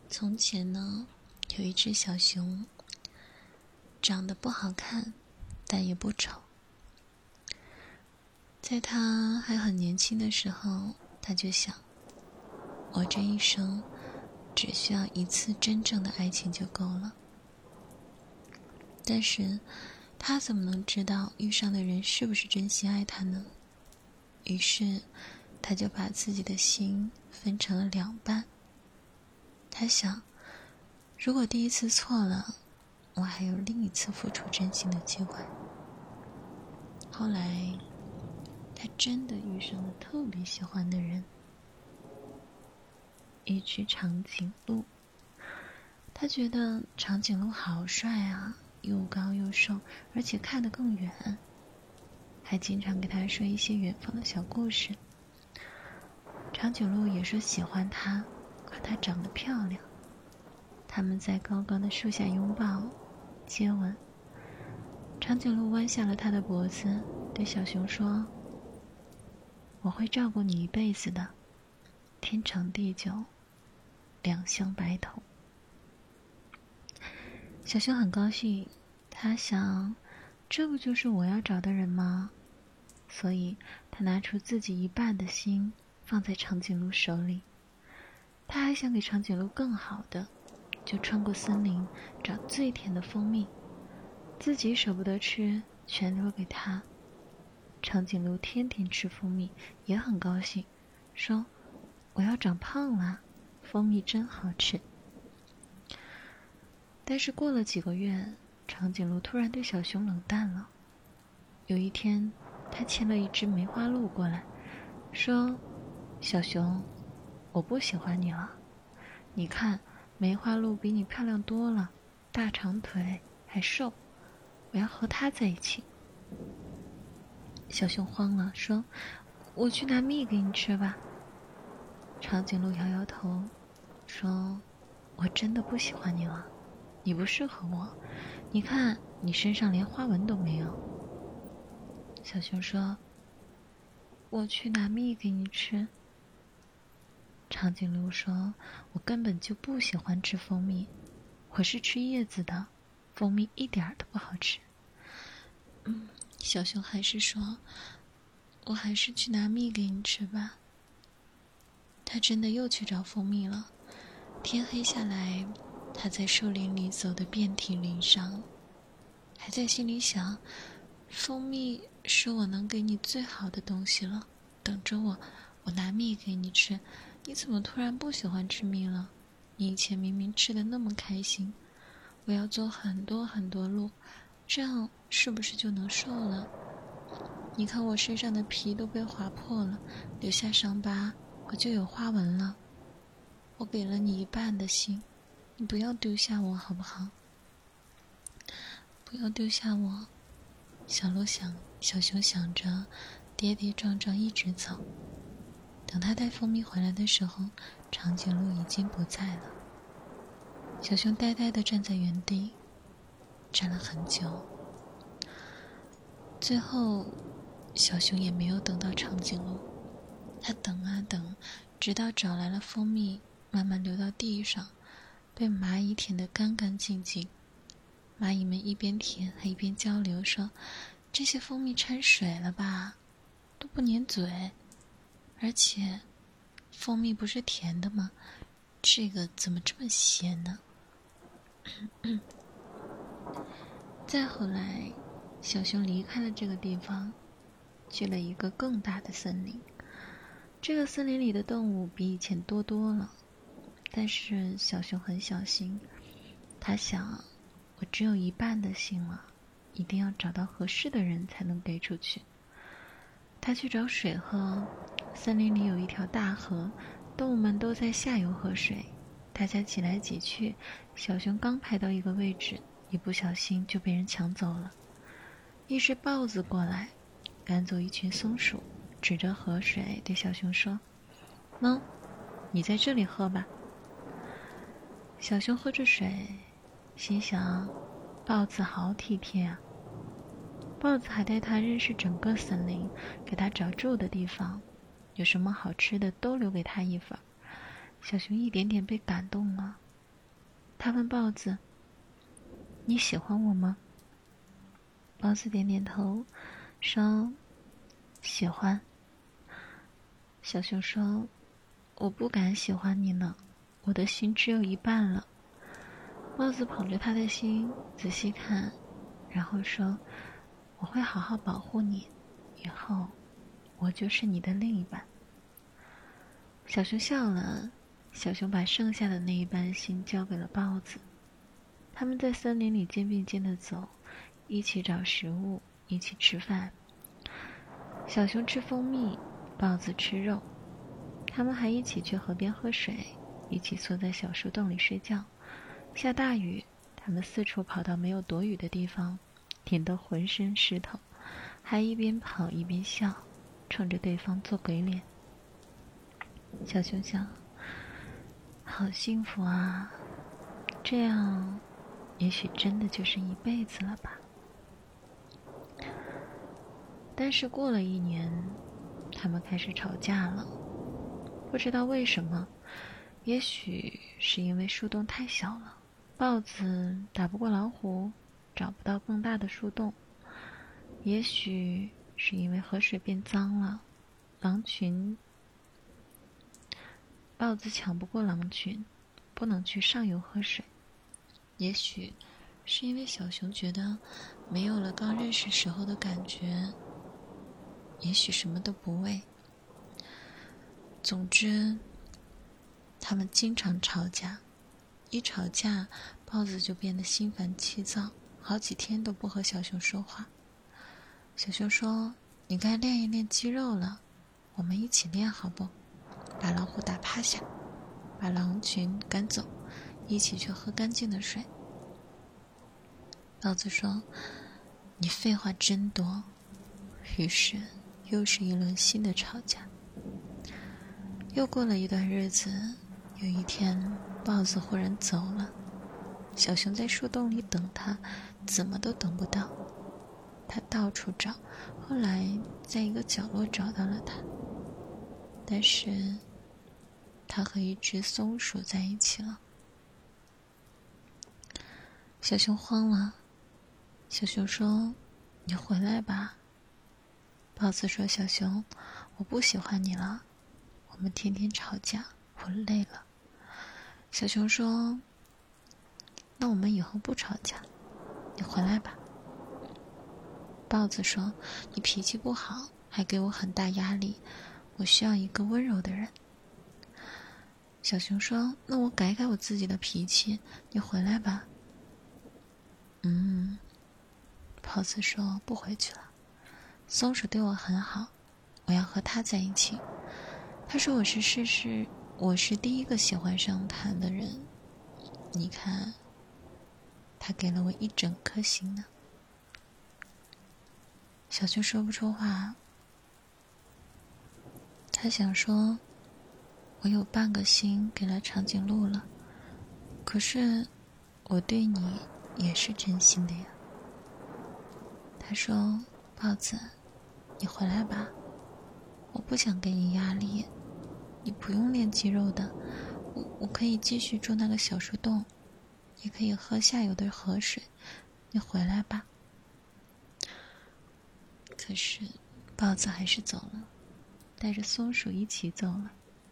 从前呢，有一只小熊，长得不好看，但也不丑。在它还很年轻的时候，它就想，我这一生只需要一次真正的爱情就够了。但是，它怎么能知道遇上的人是不是真心爱它呢？于是，他就把自己的心分成了两半。他想，如果第一次错了，我还有另一次付出真心的机会。后来，他真的遇上了特别喜欢的人，一只长颈鹿。他觉得长颈鹿好帅啊，又高又瘦，而且看得更远，还经常给他说一些远方的小故事。长颈鹿也说喜欢他，夸他长得漂亮。他们在高高的树下拥抱、接吻。长颈鹿弯下了他的脖子，对小熊说：“我会照顾你一辈子的，天长地久，两相白头。”小熊很高兴，他想，这不就是我要找的人吗？所以他拿出自己一半的心放在长颈鹿手里。他还想给长颈鹿更好的，就穿过森林找最甜的蜂蜜，自己舍不得吃，全留给他。长颈鹿天天吃蜂蜜，也很高兴，说：“我要长胖了，蜂蜜真好吃。”但是过了几个月，长颈鹿突然对小熊冷淡了。有一天，他牵了一只梅花鹿过来，说：“小熊，我不喜欢你了。你看，梅花鹿比你漂亮多了，大长腿，还瘦，我要和它在一起。”小熊慌了，说：“我去拿蜜给你吃吧。”长颈鹿摇摇头，说：“我真的不喜欢你了，你不适合我。你看，你身上连花纹都没有。”小熊说：“我去拿蜜给你吃。”长颈鹿说：“我根本就不喜欢吃蜂蜜，我是吃叶子的，蜂蜜一点都不好吃。”小熊还是说：“我还是去拿蜜给你吃吧。”他真的又去找蜂蜜了。天黑下来，他在树林里走得遍体鳞伤，还在心里想：蜂蜜是我能给你最好的东西了，等着我，我拿蜜给你吃。你怎么突然不喜欢吃蜜了？你以前明明吃得那么开心。我要走很多很多路，这样是不是就能瘦了？你看我身上的皮都被划破了，留下伤疤，我就有花纹了。我给了你一半的心，你不要丢下我好不好？不要丢下我。小熊想着，跌跌撞撞一直走。等他带蜂蜜回来的时候，长颈鹿已经不在了。小熊呆呆地站在原地，站了很久。最后，小熊也没有等到长颈鹿。他等啊等，直到找来了蜂蜜，慢慢流到地上，被蚂蚁舔得干干净净。蚂蚁们一边舔还一边交流说：“这些蜂蜜掺水了吧，都不粘嘴。而且，蜂蜜不是甜的吗？这个怎么这么咸呢？”再后来，小熊离开了这个地方，去了一个更大的森林。这个森林里的动物比以前多多了，但是小熊很小心。他想，我只有一半的心了，一定要找到合适的人才能给出去。他去找水喝，森林里有一条大河，动物们都在下游喝水，大家挤来挤去。小熊刚排到一个位置，一不小心就被人抢走了。一只豹子过来，赶走一群松鼠，指着河水对小熊说：“喏，你在这里喝吧。”小熊喝着水，心想：豹子好体贴啊。豹子还带他认识整个森林，给他找住的地方，有什么好吃的都留给他一份。小熊一点点被感动了， 他问豹子：“你喜欢我吗？”豹子点点头，说：“喜欢。”小熊说：“我不敢喜欢你了，我的心只有一半了。”豹子捧着他的心仔细看，然后说：“我会好好保护你，以后我就是你的另一半。”小熊笑了，小熊把剩下的那一半心交给了豹子。他们在森林里肩并肩地走，一起找食物，一起吃饭。小熊吃蜂蜜，豹子吃肉。他们还一起去河边喝水，一起缩在小树洞里睡觉。下大雨，他们四处跑到没有躲雨的地方，淋得浑身湿透，还一边跑一边笑，冲着对方做鬼脸。小熊想，好幸福啊，这样也许真的就是一辈子了吧。但是过了1年，他们开始吵架了，不知道为什么，也许是因为树洞太小了，豹子打不过老虎，找不到更大的树洞，也许是因为河水变脏了，豹子抢不过狼群，不能去上游喝水，也许是因为小熊觉得没有了刚认识时候的感觉，也许什么都不为。总之，他们经常吵架，一吵架，豹子就变得心烦气躁，好几天都不和小熊说话。小熊说：“你该练一练肌肉了，我们一起练好不？把老虎打趴下，把狼群赶走，一起去喝干净的水。”豹子说：“你废话真多。”于是又是一轮新的吵架。又过了一段日子，有一天，豹子忽然走了，小熊在树洞里等他，怎么都等不到。他到处找，后来在一个角落找到了他，但是他和一只松鼠在一起了。小熊慌了，小熊说：“你回来吧。”豹子说：“小熊，我不喜欢你了，我们天天吵架，我累了。”小熊说：“那我们以后不吵架，你回来吧。”豹子说：“你脾气不好，还给我很大压力，我需要一个温柔的人。”小熊说：“那我改改我自己的脾气，你回来吧。”豹子说：“不回去了，松鼠对我很好，我要和它在一起。他说我是第一个喜欢上他的人，你看，他给了我一整颗心呢。”小熊说不出话，他想说：“我有半个心给了长颈鹿了，可是我对你也是真心的呀。”他说：“豹子，你回来吧，我不想给你压力，你不用练肌肉的，我可以继续住那个小树洞，也可以喝下游的河水，你回来吧。”可是豹子还是走了，带着松鼠一起走了。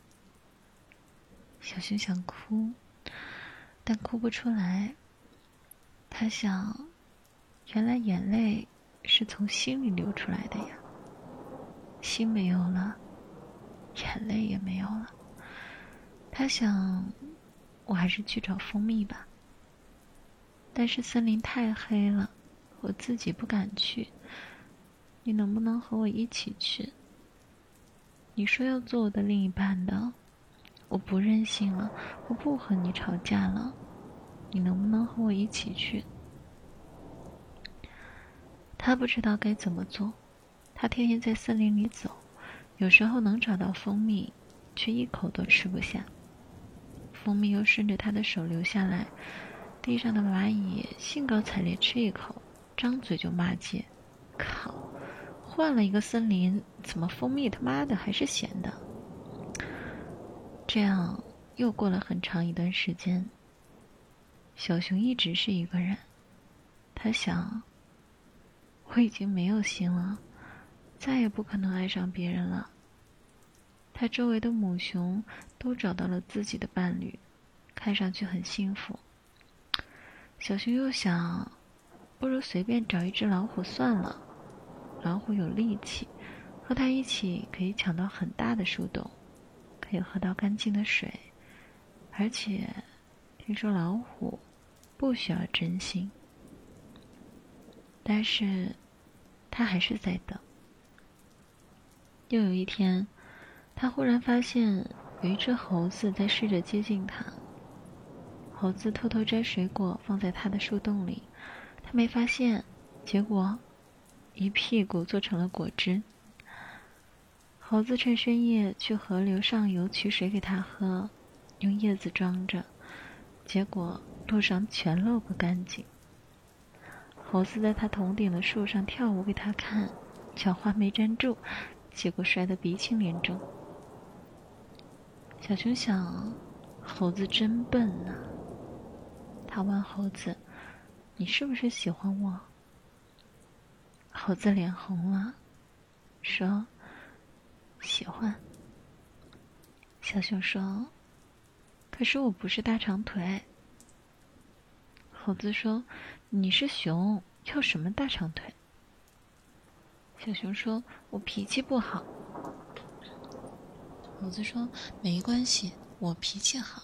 小熊想哭，但哭不出来。他想，原来眼泪是从心里流出来的呀。心没有了，眼泪也没有了。他想，我还是去找蜂蜜吧。但是森林太黑了，我自己不敢去。你能不能和我一起去？你说要做我的另一半的，我不任性了，我不和你吵架了，你能不能和我一起去？他不知道该怎么做，他天天在森林里走，有时候能找到蜂蜜，却一口都吃不下。蜂蜜又顺着他的手流下来，地上的蚂蚁兴高采烈吃一口，张嘴就骂街：“靠！换了一个森林，怎么蜂蜜他妈的还是咸的？”这样又过了很长一段时间。 小熊一直是一个人，他想，我已经没有心了，再也不可能爱上别人了。他周围的母熊都找到了自己的伴侣，看上去很幸福。小熊又想，不如随便找一只老虎算了，老虎有力气，和它一起可以抢到很大的树洞，可以喝到干净的水，而且听说老虎不需要真心。但是他还是在等。又有一天，他忽然发现有一只猴子在试着接近他。猴子偷偷摘水果放在他的树洞里，他没发现，结果一屁股做成了果汁。猴子趁深夜去河流上游取水给他喝，用叶子装着，结果路上全漏个干净。猴子在他头顶的树上跳舞给他看，脚花没站住，结果摔得鼻青脸肿。小熊想，猴子真笨啊。他问猴子，你是不是喜欢我？猴子脸红了，说喜欢。小熊说，可是我不是大长腿。猴子说，你是熊，要什么大长腿？小熊说，我脾气不好。猴子说，没关系，我脾气好。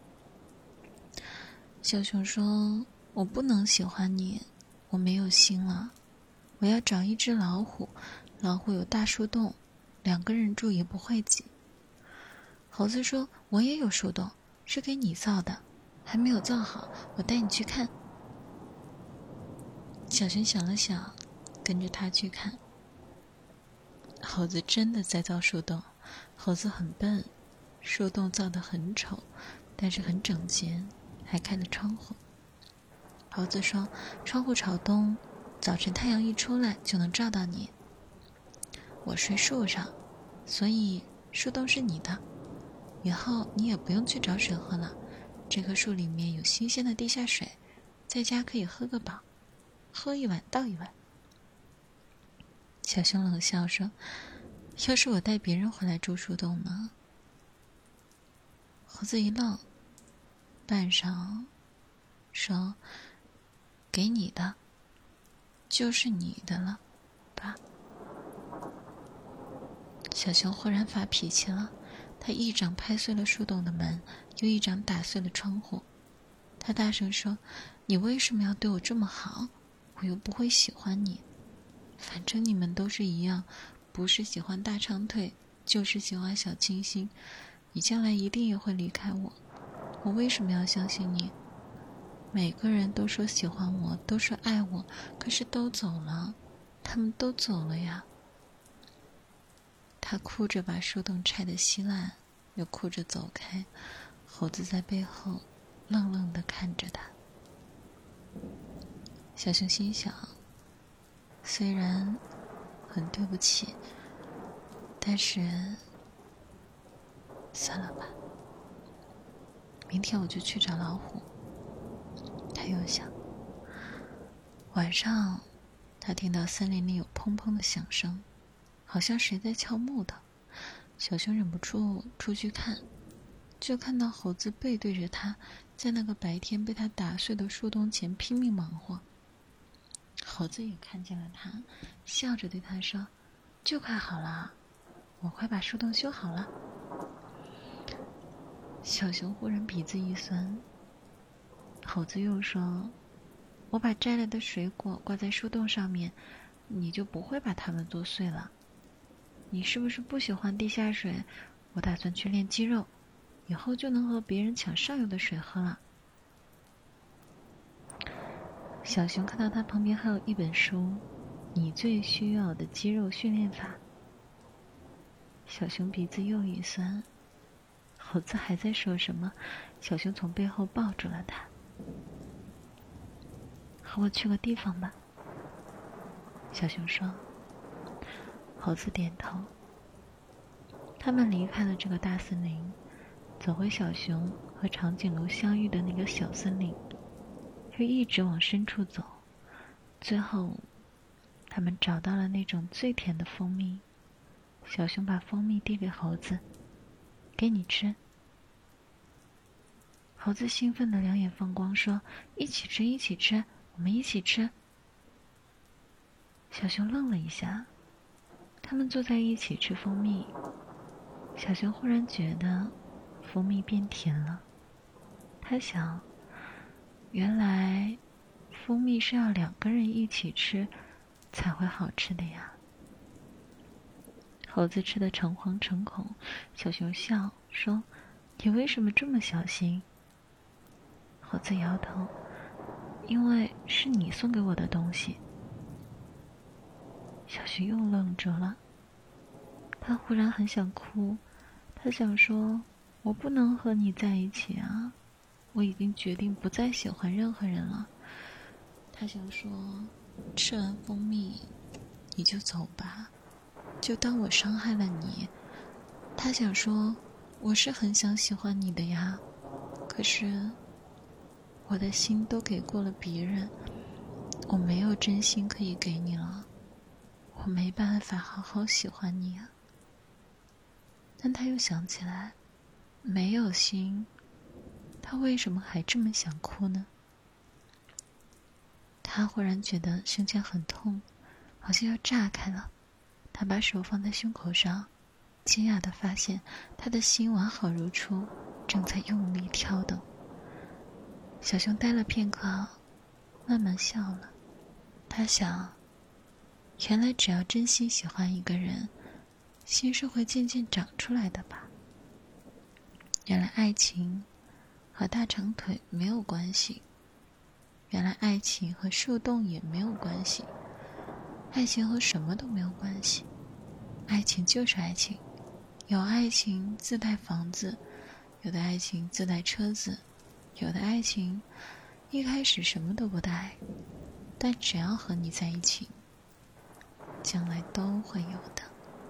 小熊说，我不能喜欢你，我没有心了，我要找一只老虎，老虎有大树洞，2个人住也不会挤。猴子说，我也有树洞，是给你造的，还没有造好，我带你去看。小熊想了想，跟着他去看。猴子真的在造树洞，猴子很笨，树洞造得很丑，但是很整洁，还开了窗户。猴子说，窗户朝东，早晨太阳一出来就能照到你。我睡树上，所以树洞是你的，以后你也不用去找水喝了，这棵树里面有新鲜的地下水，在家可以喝个饱，喝一碗倒一碗。小熊冷笑说，要是我带别人回来住树洞呢？猴子一愣，半晌说，给你的就是你的了吧。小熊忽然发脾气了，他一掌拍碎了树洞的门，又一掌打碎了窗户。他大声说，你为什么要对我这么好？我又不会喜欢你，反正你们都是一样，不是喜欢大长腿，就是喜欢小清新，你将来一定也会离开我，我为什么要相信你？每个人都说喜欢我，都说爱我，可是都走了，他们都走了呀。他哭着把树洞拆得稀烂，又哭着走开，猴子在背后愣愣地看着他。小熊心想，虽然很对不起，但是算了吧，明天我就去找老虎。他又想，晚上他听到森林里有砰砰的响声，好像谁在敲木头。小熊忍不住出去看，就看到猴子背对着他，在那个白天被他打碎的树洞前拼命忙活。猴子也看见了他，笑着对他说，就快好了，我快把树洞修好了。小熊忽然鼻子一酸。猴子又说，我把摘来的水果挂在树洞上面，你就不会把它们剁碎了。你是不是不喜欢地下水？我打算去练肌肉，以后就能和别人抢上游的水喝了。小熊看到他旁边还有一本书，你最需要的肌肉训练法。小熊鼻子又一酸。猴子还在说什么，小熊从背后抱住了他。和我去个地方吧，小熊说。猴子点头。他们离开了这个大森林，走回小熊和长颈鹿相遇的那个小森林。 就一直往深处走。最后，他们找到了那种最甜的蜂蜜。小熊把蜂蜜递给猴子：“给你吃。”猴子兴奋的两眼放光，说：“一起吃，一起吃，我们一起吃。”小熊愣了一下，他们坐在一起吃蜂蜜。小熊忽然觉得蜂蜜变甜了，他想，原来蜂蜜是要2个人一起吃才会好吃的呀。猴子吃得诚惶诚恐，小熊笑说：“你为什么这么小心？”猴子摇头：“因为是你送给我的东西。”小熊又愣住了，他忽然很想哭，他想说：“我不能和你在一起啊，我已经决定不再喜欢任何人了。”他想说：“吃完蜂蜜，你就走吧，就当我伤害了你。”他想说：“我是很想喜欢你的呀，可是我的心都给过了别人，我没有真心可以给你了，我没办法好好喜欢你啊。”但他又想起来，没有心，他为什么还这么想哭呢？他忽然觉得胸腔很痛，好像要炸开了。他把手放在胸口上，惊讶地发现他的心完好如初，正在用力跳动。小熊呆了片刻，慢慢笑了。他想，原来只要真心喜欢一个人，心是会渐渐长出来的吧。原来爱情和大长腿没有关系，原来爱情和树洞也没有关系，爱情和什么都没有关系。爱情就是爱情，有爱情自带房子，有的爱情自带车子，有的爱情一开始什么都不带，但只要和你在一起，将来都会有的。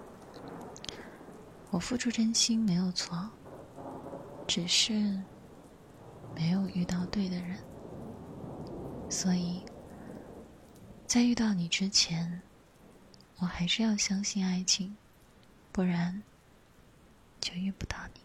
我付出真心没有错，只是没有遇到对的人。所以在遇到你之前，我还是要相信爱情，不然就遇不到你。